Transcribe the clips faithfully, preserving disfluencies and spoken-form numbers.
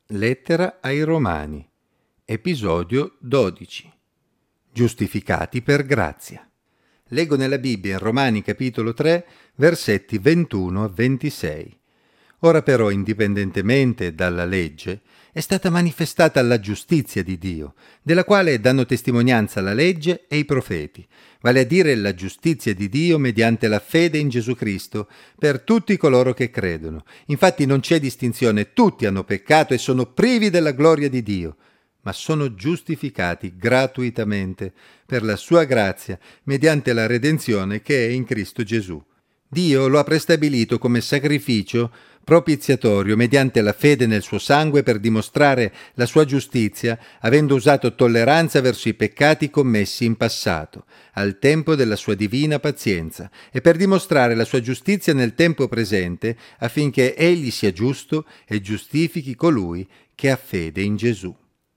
Lettera ai Romani, episodio dodici. Giustificati per grazia. Leggo nella Bibbia in Romani capitolo tre, versetti ventuno a ventisei. Ora però, indipendentemente dalla legge, è stata manifestata la giustizia di Dio, della quale danno testimonianza la legge e i profeti, vale a dire la giustizia di Dio mediante la fede in Gesù Cristo per tutti coloro che credono. Infatti non c'è distinzione, tutti hanno peccato e sono privi della gloria di Dio, ma sono giustificati gratuitamente per la sua grazia mediante la redenzione che è in Cristo Gesù. Dio lo ha prestabilito come sacrificio propiziatorio mediante la fede nel suo sangue per dimostrare la sua giustizia, avendo usato tolleranza verso i peccati commessi in passato, al tempo della sua divina pazienza, e per dimostrare la sua giustizia nel tempo presente, affinché egli sia giusto e giustifichi colui che ha fede in Gesù.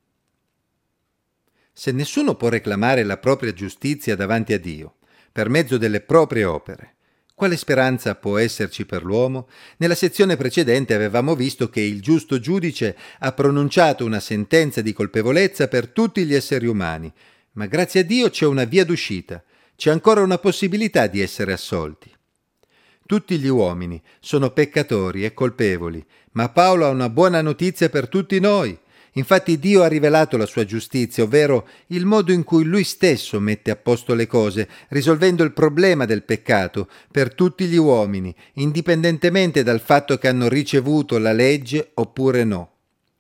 Se nessuno può reclamare la propria giustizia davanti a Dio, per mezzo delle proprie opere, quale speranza può esserci per l'uomo? Nella sezione precedente avevamo visto che il giusto giudice ha pronunciato una sentenza di colpevolezza per tutti gli esseri umani, ma grazie a Dio c'è una via d'uscita, c'è ancora una possibilità di essere assolti. Tutti gli uomini sono peccatori e colpevoli, ma Paolo ha una buona notizia per tutti noi. Infatti Dio ha rivelato la sua giustizia, ovvero il modo in cui Lui stesso mette a posto le cose, risolvendo il problema del peccato per tutti gli uomini, indipendentemente dal fatto che hanno ricevuto la legge oppure no.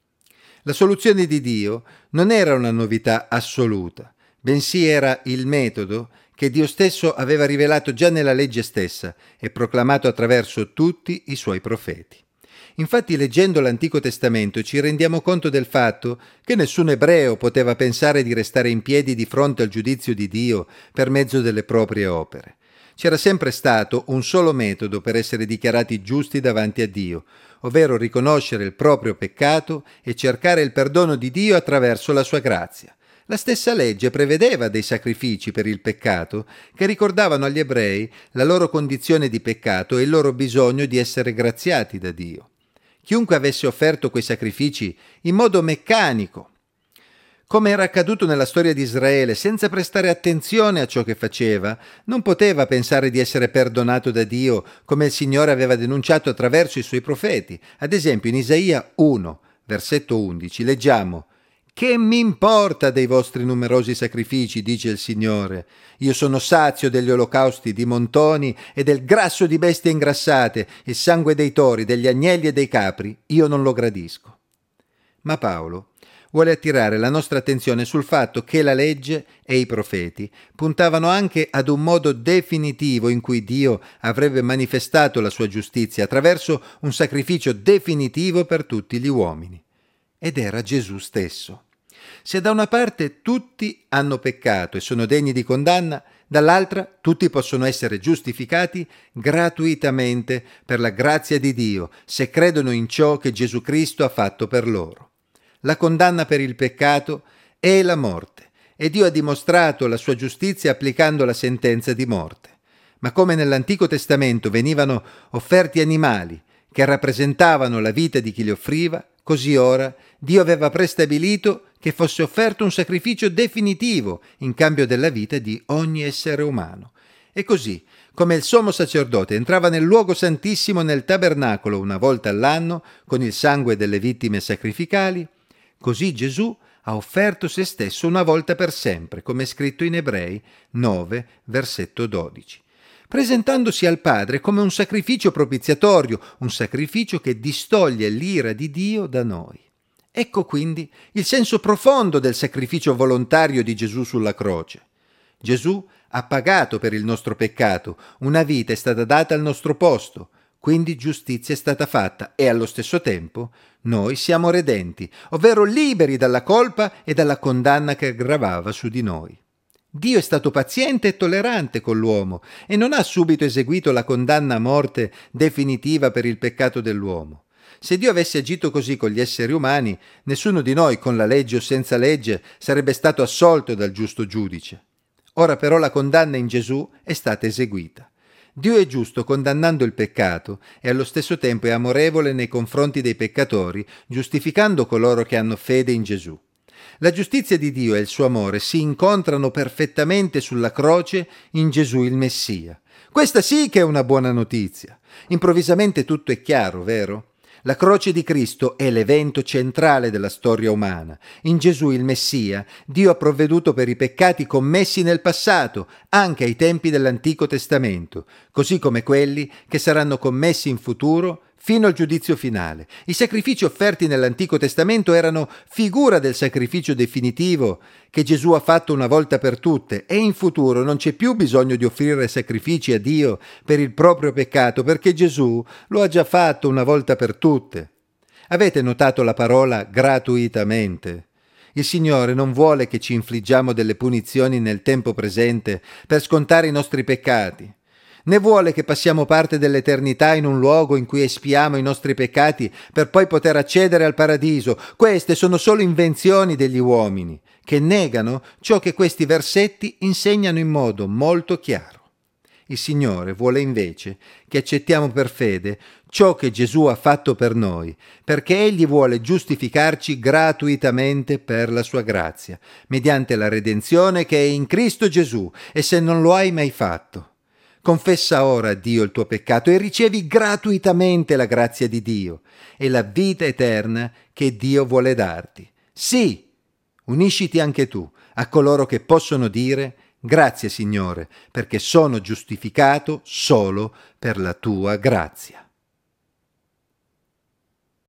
La soluzione di Dio non era una novità assoluta, bensì era il metodo che Dio stesso aveva rivelato già nella legge stessa e proclamato attraverso tutti i suoi profeti. Infatti, leggendo l'Antico Testamento ci rendiamo conto del fatto che nessun ebreo poteva pensare di restare in piedi di fronte al giudizio di Dio per mezzo delle proprie opere. C'era sempre stato un solo metodo per essere dichiarati giusti davanti a Dio, ovvero riconoscere il proprio peccato e cercare il perdono di Dio attraverso la sua grazia. La stessa legge prevedeva dei sacrifici per il peccato che ricordavano agli ebrei la loro condizione di peccato e il loro bisogno di essere graziati da Dio. Chiunque avesse offerto quei sacrifici in modo meccanico, come era accaduto nella storia di Israele, senza prestare attenzione a ciò che faceva, non poteva pensare di essere perdonato da Dio, come il Signore aveva denunciato attraverso i suoi profeti. Ad esempio in Isaia uno, versetto undici, leggiamo: «Che mi importa dei vostri numerosi sacrifici, dice il Signore. Io sono sazio degli olocausti di montoni e del grasso di bestie ingrassate, il sangue dei tori, degli agnelli e dei capri, io non lo gradisco». Ma Paolo vuole attirare la nostra attenzione sul fatto che la legge e i profeti puntavano anche ad un modo definitivo in cui Dio avrebbe manifestato la sua giustizia attraverso un sacrificio definitivo per tutti gli uomini. Ed era Gesù stesso. Se da una parte tutti hanno peccato e sono degni di condanna, dall'altra tutti possono essere giustificati gratuitamente per la grazia di Dio, se credono in ciò che Gesù Cristo ha fatto per loro. La condanna per il peccato è la morte, e Dio ha dimostrato la sua giustizia applicando la sentenza di morte. Ma come nell'Antico Testamento venivano offerti animali che rappresentavano la vita di chi li offriva, così ora Dio aveva prestabilito che fosse offerto un sacrificio definitivo in cambio della vita di ogni essere umano. E così, come il sommo sacerdote entrava nel luogo santissimo nel tabernacolo una volta all'anno con il sangue delle vittime sacrificali, così Gesù ha offerto se stesso una volta per sempre, come è scritto in Ebrei nove, versetto dodici. Presentandosi al Padre come un sacrificio propiziatorio, un sacrificio che distoglie l'ira di Dio da noi. Ecco quindi il senso profondo del sacrificio volontario di Gesù sulla croce. Gesù ha pagato per il nostro peccato, una vita è stata data al nostro posto, quindi giustizia è stata fatta e allo stesso tempo noi siamo redenti, ovvero liberi dalla colpa e dalla condanna che gravava su di noi. Dio è stato paziente e tollerante con l'uomo e non ha subito eseguito la condanna a morte definitiva per il peccato dell'uomo. Se Dio avesse agito così con gli esseri umani, nessuno di noi, con la legge o senza legge, sarebbe stato assolto dal giusto giudice. Ora però la condanna in Gesù è stata eseguita. Dio è giusto condannando il peccato e allo stesso tempo è amorevole nei confronti dei peccatori, giustificando coloro che hanno fede in Gesù. La giustizia di Dio e il suo amore si incontrano perfettamente sulla croce in Gesù il Messia. Questa sì che è una buona notizia. Improvvisamente tutto è chiaro, vero? La croce di Cristo è l'evento centrale della storia umana. In Gesù il Messia, Dio ha provveduto per i peccati commessi nel passato, anche ai tempi dell'Antico Testamento, così come quelli che saranno commessi in futuro fino al giudizio finale. I sacrifici offerti nell'Antico Testamento erano figura del sacrificio definitivo che Gesù ha fatto una volta per tutte, e in futuro non c'è più bisogno di offrire sacrifici a Dio per il proprio peccato, perché Gesù lo ha già fatto una volta per tutte. Avete notato la parola gratuitamente? Il Signore non vuole che ci infliggiamo delle punizioni nel tempo presente per scontare i nostri peccati, né vuole che passiamo parte dell'eternità in un luogo in cui espiamo i nostri peccati per poi poter accedere al paradiso. Queste sono solo invenzioni degli uomini, che negano ciò che questi versetti insegnano in modo molto chiaro. Il Signore vuole invece che accettiamo per fede ciò che Gesù ha fatto per noi, perché Egli vuole giustificarci gratuitamente per la sua grazia, mediante la redenzione che è in Cristo Gesù, e se non lo hai mai fatto, confessa ora a Dio il tuo peccato e ricevi gratuitamente la grazia di Dio e la vita eterna che Dio vuole darti. Sì, unisciti anche tu a coloro che possono dire: grazie Signore, perché sono giustificato solo per la tua grazia.